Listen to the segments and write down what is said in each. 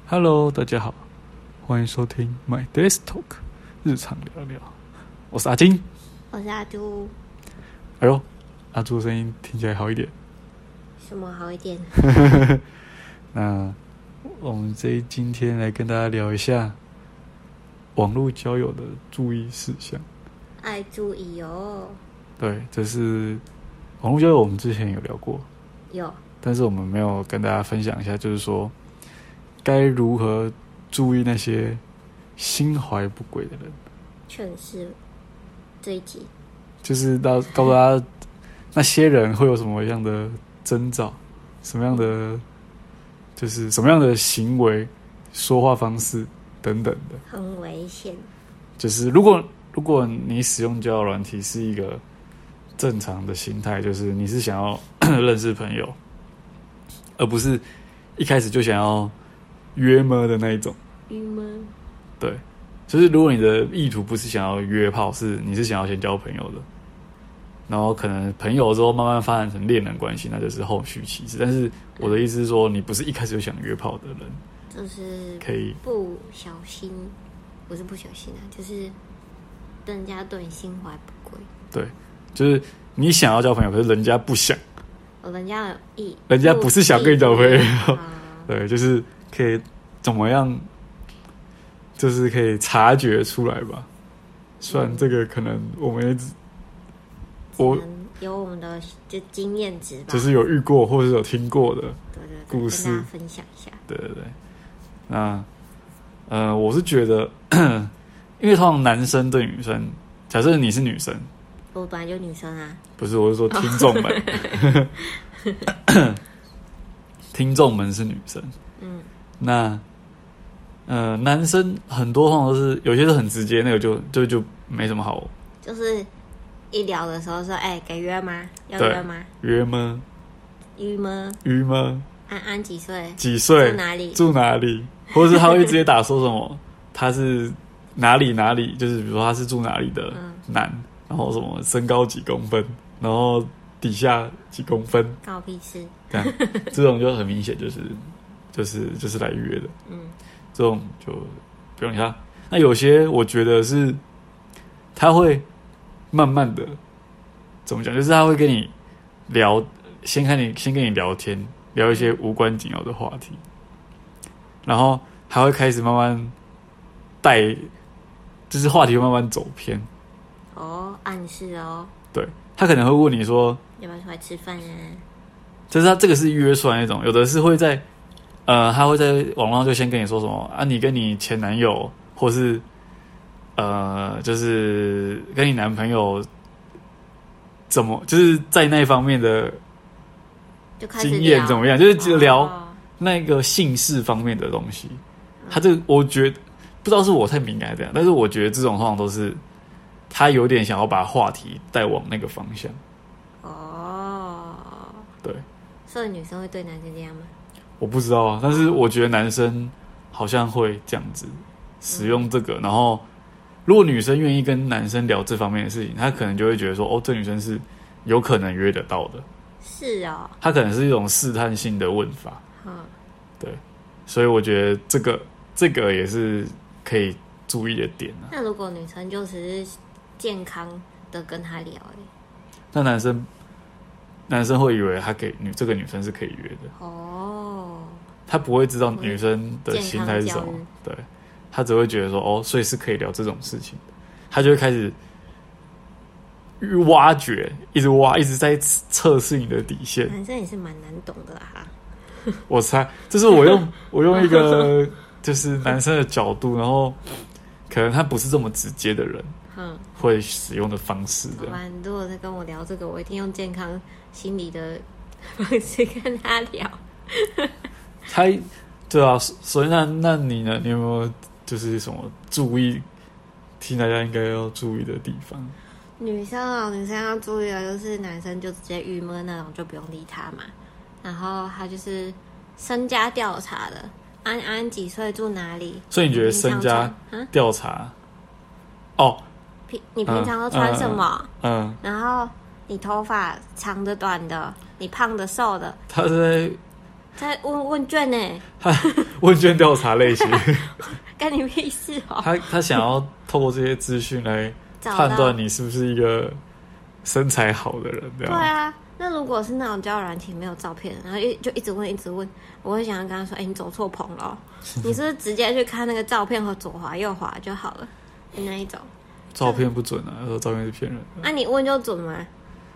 Hello， 大家好，欢迎收听 My Desk Talk 日常聊聊，我是阿金， 我是阿朱。 哎呦，阿朱声音听起来好一点。 什么好一点？ 那我们今天来跟大家聊一下网络交友的注意事项。 爱注意哦。 对，这是网络交友，我们之前有聊过， 有， 但是我们没有跟大家分享一下，就是说该如何注意那些心怀不轨的人。 劝世这一集就是告诉大家那些人会有什么样的征兆，什么样的就是什么样的行为、说话方式等等的， 很危险。 就是如果你使用交友软体是一个正常的心态，就是你是想要认识朋友，而不是一开始就想要约么的那一种。 约么？ 对，就是如果你的意图不是想要约炮，你是想要先交朋友的，然后可能朋友之后慢慢发展成恋人关系，那就是后续其次。但是我的意思是说，你不是一开始就想约炮的人， 就是可以不小心，不是不小心啊，就是人家对你心怀不轨。 对，就是你想要交朋友，可是人家不想， 人家不是想跟你交朋友，对，就是可以怎么样，就是可以察觉出来吧。虽然这个可能我们一直有我们的就经验值吧， 就是有遇过或是有听过的故事， 跟大家分享一下。 对对对，那我是觉得，因为通常男生对女生，假设你是女生， 我本来就女生啊， 不是，我是说听众们，听众们是女生，那男生很多通常都是有些是很直接，那个就没什么好， 就是一聊的时候说，给约吗？要约吗？ 约吗？ 约吗？ 约吗？ 安几岁？ 几岁？ 住哪里？ 住哪里？或者是他会直接打说什么？他是哪里，就是比如说他是住哪里的男，然后什么身高几公分，然后底下几公分， 关我屁事。 这种就很明显就是来约的，这种就不用理他。那有些我觉得是他会慢慢的怎么讲，就是他会跟你聊，先跟你聊天，聊一些无关紧要的话题，然后还会开始慢慢带，就是话题会慢慢走偏。 暗示哦。 对，他可能会问你说要不要出来吃饭啊？ 就是他这个是约出来那种，有的是会在他会在网络上就先跟你说什么啊，你跟你前男友，或是就是跟你男朋友怎么，就是在那方面的经验怎么样，就是聊那个性事方面的东西。他这个我觉得不知道是我太敏感还是怎样，但是我觉得这种通常都是他有点想要把话题带往那个方向。对。 所以女生会对男生这样吗？ 我不知道啊，但是我觉得男生好像会这样子使用这个，然后如果女生愿意跟男生聊这方面的事情，他可能就会觉得说，这女生是有可能约得到的。 是哦， 他可能是一种试探性的问法。对，所以我觉得这个也是可以注意的点啊。 那如果女生就只是健康的跟他聊， 那男生会以为这个女生是可以约的。他不会知道女生的心态是什么，对，他只会觉得说所以是可以聊这种事情，他就会开始挖掘，一直在测试你的底线。 男生也是蛮难懂的哈。 我猜这是我用一个就是男生的角度，然后可能他不是这么直接的人，会使用的方式的。 如果他跟我聊这个，我一定用健康心理的方式跟他聊。 对啊，所以那你呢？你有没有就是什么注意，听大家应该要注意的地方？ 女生要注意的就是男生就直接郁闷那种，就不用理他嘛。然后他就是身家调查的，安几岁住哪里？ 所以你觉得身家调查？ 你平常都穿什么？然后你头发长的、短的，你胖的、瘦的。 他是在在问卷呢， 问卷调查类型， 干你屁事哦！ 他想要透过这些资讯来判断你是不是一个身材好的人，对啊。那如果是那种交友软体没有照片，然后就一直问，我会想要跟他说：“你走错棚了哦，你是不是直接去看那个照片和左滑右滑就好了？”那一种照片不准啊，说照片是骗人的。 那你问就准吗？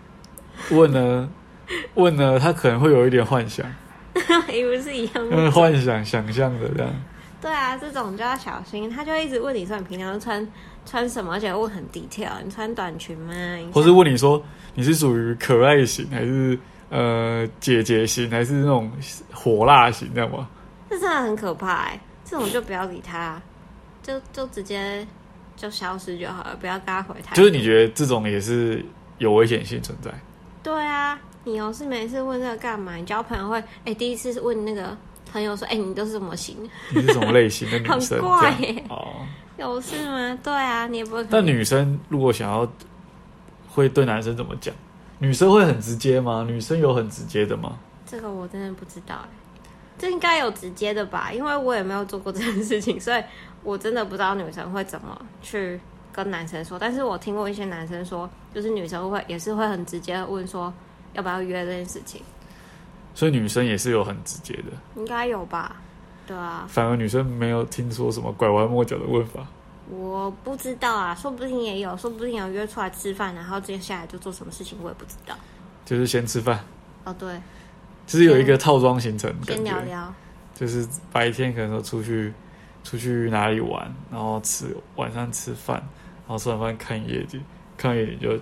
问了，他可能会有一点幻想， 也不是一样的， 幻想想象的这样。 对啊，这种就要小心，他就会一直问你说你平常穿什么，而且问很detail，你穿短裙吗？ 或是问你说你是属于可爱型还是姐姐型还是那种火辣型，这样吗？ 这真的很可怕这种就不要理他，就直接就消失就好了，不要跟他回他。 就是你觉得这种也是有危险性存在？ 对啊，你有事没事问这个干嘛？你交朋友会第一次问那个朋友说你都是什么型？ 你是什么类型的女生？ 很怪有事吗？对啊，你也不会。 但女生如果想要会对男生怎么讲？女生会很直接吗？女生有很直接的吗？ 这个我真的不知道这应该有直接的吧，因为我也没有做过这件事情，所以我真的不知道女生会怎么去跟男生说。但是我听过一些男生说，就是女生也是会很直接问说要不要约这件事情。 所以女生也是有很直接的， 应该有吧？对啊， 反而女生没有听说什么拐弯抹角的问法。 我不知道啊，说不定也有，说不定有约出来吃饭，然后接下来就做什么事情，我也不知道。 就是先吃饭。 对， 就是有一个套装行程， 先聊聊。 就是白天可能说出去哪里玩，然后晚上吃饭，然后吃完饭看夜景，看夜景就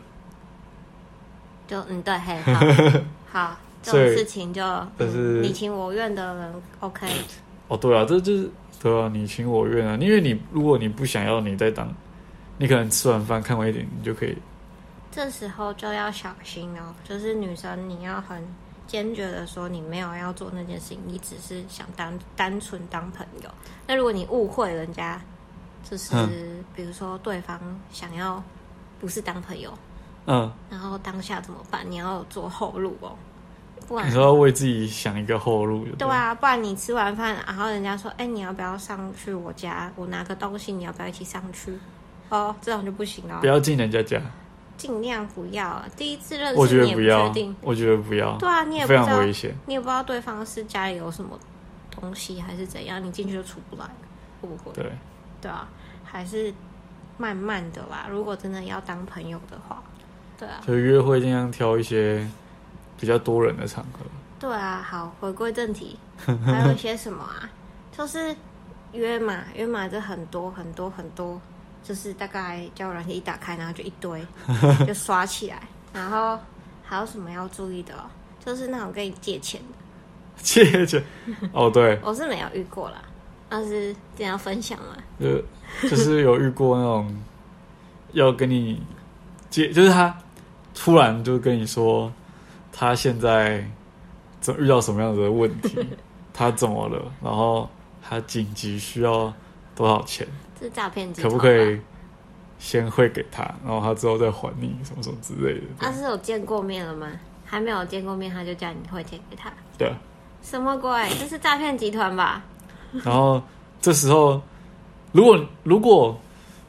对，好，这种事情就是你情我愿的人 OK。 对啊，这就是对啊，你情我愿啊。因为如果你不想要，你可能吃完饭看完夜景，你就可以。 这时候就要小心哦，就是女生你要很坚决的说你没有要做那件事情，你只是想单纯当朋友。那如果你误会人家，就是比如说对方想要不是当朋友，然后当下怎么办？你要做后路哦，不然你说要为自己想一个后路。对啊，不然你吃完饭，然后人家说，你要不要上去我家？我拿个东西，你要不要一起上去？这种就不行了。 不要进人家家。 尽量不要第一次认识， 我觉得你也不确定。 我觉得不要。 对啊，你也不知道， 非常危险。 你也不知道对方是家里有什么东西还是怎样，你进去就出不来，会不会？对啊，还是慢慢的啦。如果真的要当朋友的话，对啊， 所以约会尽量挑一些比较多人的场合。 对啊，好，回归正题，还有一些什么啊？就是约嘛，这很多很多很多。就是大概交友软件一打开，然后就一堆就刷起来，然后还有什么要注意的就是那种跟你借钱的。 借钱？对， 我是没有遇过啦，但是这样分享嘛。 就是有遇过那种要跟你借，就是他突然就跟你说他现在遇到什么样的问题，他怎么了，然后他紧急需要多少钱。 是诈骗集团， 可不可以先汇给他，然后他之后再还你什么什么之类的？ 他是有见过面了吗？还没有见过面，他就叫你汇钱给他？ 对。 什么鬼？这是诈骗集团吧？ 然后这时候，如果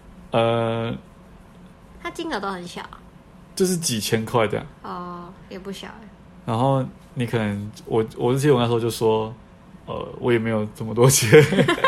他金额都很小， 就是几千块这样。 也不小。 然后你可能我之前我那时候就说，我也没有这么多钱。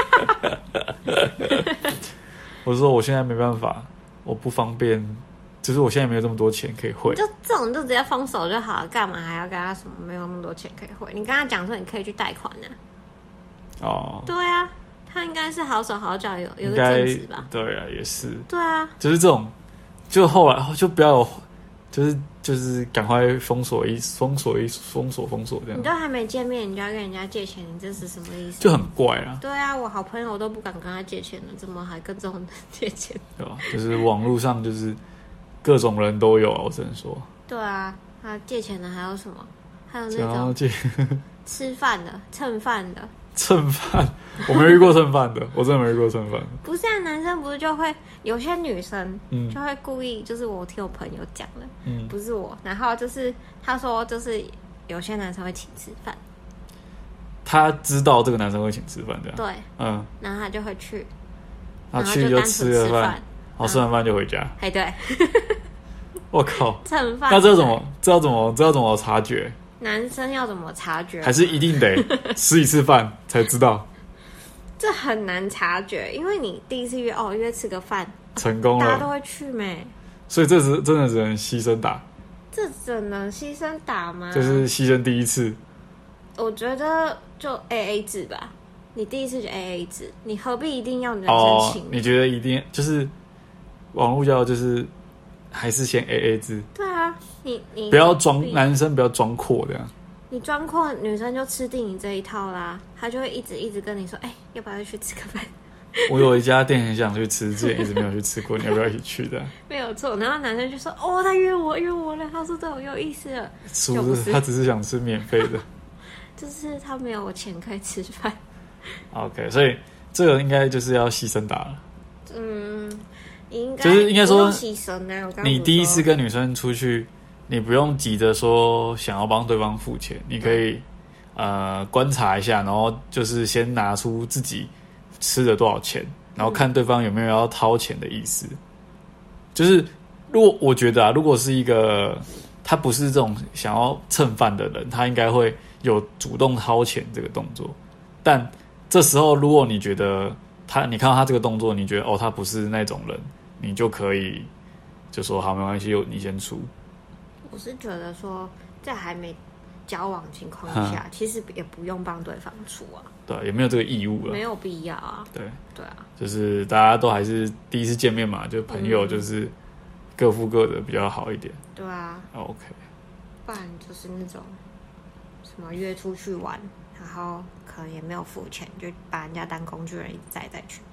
我说我现在没办法，我不方便，就是我现在没有这么多钱可以汇。 就这种就直接封锁就好了，干嘛还要跟他什么没有那么多钱可以汇？你跟他讲说你可以去贷款呢。对啊，他应该是好手好脚，有个正职吧？ 对啊，也是。 对啊， 就是这种，就后来就不要有，就是赶快封锁这样。 你都还没见面，你就要跟人家借钱，你这是什么意思？ 就很怪啊。 对啊，我好朋友我都不敢跟他借钱了，怎么还跟这种人借钱？ 对吧？就是网络上就是各种人都有啊，我只能说。 对啊，他借钱的还有什么？还有那种吃饭的、蹭饭的。 蹭饭，我没遇过蹭饭的，我真的没遇过蹭饭的。 不是啊，男生不是就会有些女生就会故意，就是我听我朋友讲的，不是我。然后就是他说，就是有些男生会请吃饭。 他知道这个男生会请吃饭这样。 对，然后他就会去， 他去就吃了饭，然后吃完饭就回家。 哎，对， 我靠， 蹭饭。 那这要怎么察觉？ 男生要怎么察觉？ 还是一定得吃一次饭才知道？ 这很难察觉，因为你第一次约吃个饭成功了， 大家都会去没？ 所以这是真的只能牺牲打。 这只能牺牲打吗？ 就是牺牲第一次。 我觉得就 AA 制吧，你第一次就 AA 制，你何必一定要男生请？ 你觉得一定就是网络交友就是还是先 AA 制？ 对啊，你不要装，男生不要装阔这样。 你装阔，女生就吃定你这一套啦，她就会一直跟你说，要不要去吃个饭？ 我有一家店很想去吃，之前一直没有去吃过，你要不要一起去的？ 没有错，然后男生就说，他约我了，他说对我有意思了， 不是，他只是想吃免费的。 就是他没有钱可以吃饭。 OK， 所以这个应该就是要牺牲打了。 应该就是应该说牺牲啊。 你第一次跟女生出去，你不用急着说想要帮对方付钱，你可以观察一下，然后就是先拿出自己吃了多少钱，然后看对方有没有要掏钱的意思。就是我觉得如果是一个他不是这种想要蹭饭的人，他应该会有主动掏钱这个动作。但这时候如果你觉得你看到他这个动作，你觉得他不是那种人，你就可以就说好，没关系，你先出。 我是觉得说在还没交往情况下，其实也不用帮对方出啊。 对，也没有这个义务了， 没有必要啊。对啊， 就是大家都还是第一次见面嘛，就朋友就是各付各的比较好一点。 对啊 ，OK。 不然就是那种什么约出去玩，然后可能也没有付钱，就把人家当工具人一直载去。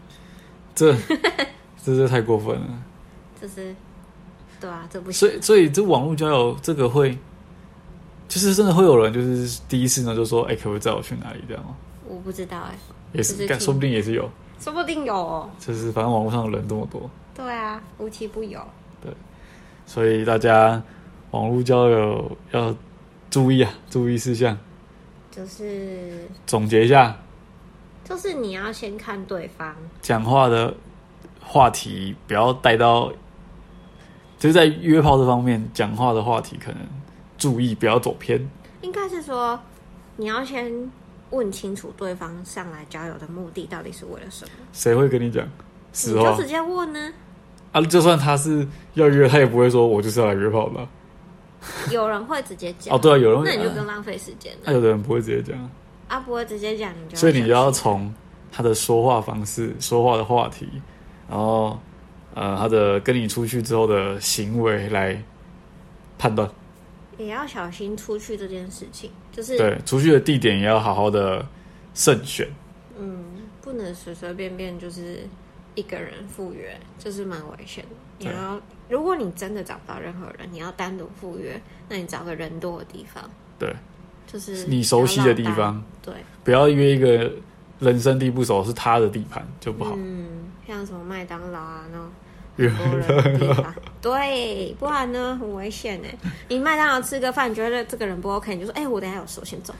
这太过分了。 就是对啊，这不行。 所以这网络交友这个会，就是真的会有人就是第一次呢就说，可不可以载我去哪里这样吗？ 我不知道也是，说不定也是有， 说不定有哦。 就是反正网络上的人这么多。 对啊，无奇不有。 对，所以大家网络交友要注意事项。 就是总结一下， 就是你要先看对方讲话的话题，不要带到，就是在约炮这方面讲话的话题，可能注意不要走偏。应该是说，你要先问清楚对方上来交友的目的到底是为了什么。 谁会跟你讲实话？ 你就直接问呢。 就算他是要约，他也不会说我就是要来约炮的。 有人会直接讲对啊，有人会， 那你就更浪费时间了。 有的人不会直接讲不会直接讲， 所以你就要从他的说话方式、说话的话题，然后他的跟你出去之后的行为来判断。 也要小心出去这件事情，就是对出去的地点也要好好的慎选。 不能随随便便就是一个人赴约，就是蛮危险的。你要，如果你真的找不到任何人，你要单独赴约，那你找个人多的地方， 对， 就是你熟悉的地方， 对， 不要约一个人生地不熟是他的地盘就不好。 像什么麦当劳啊那种很多人的地方，对，不然呢很危险哎。你麦当劳吃个饭，觉得这个人不 OK， 你就说我等一下有事，我先走。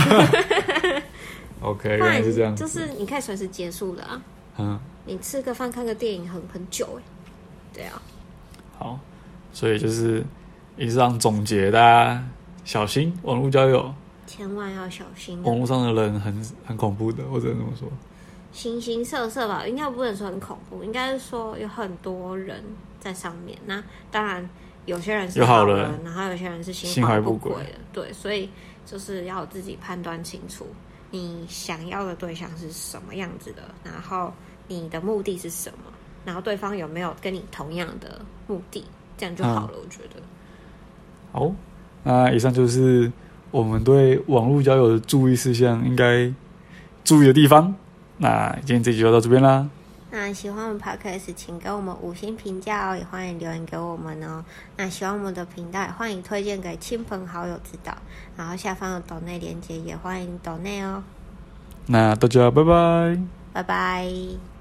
OK， 原来是这样子， 就是你可以随时结束的啊。你吃个饭看个电影很久哎，对啊。好， 所以就是以上总结，大家小心网络交友， 千万要小心。 网络上的人很恐怖的，我只能这么说。 形形色色吧，应该不能说很恐怖，应该是说有很多人在上面。那当然有些人是好人，然后有些人是心怀不轨的，对，所以就是要自己判断清楚。你想要的对象是什么样子的，然后你的目的是什么，然后对方有没有跟你同样的目的，这样就好了。我觉得。好， 那以上就是我们对网络交友的注意事项应该注意的地方。那今天这集就到这边啦。 那喜欢我们 Podcast 请给我们5星评价哦，也欢迎留言给我们哦。那喜欢我们的频道，也欢迎推荐给亲朋好友知道。然后下方的抖内连结也欢迎抖内哦。 那大家拜拜。 拜拜。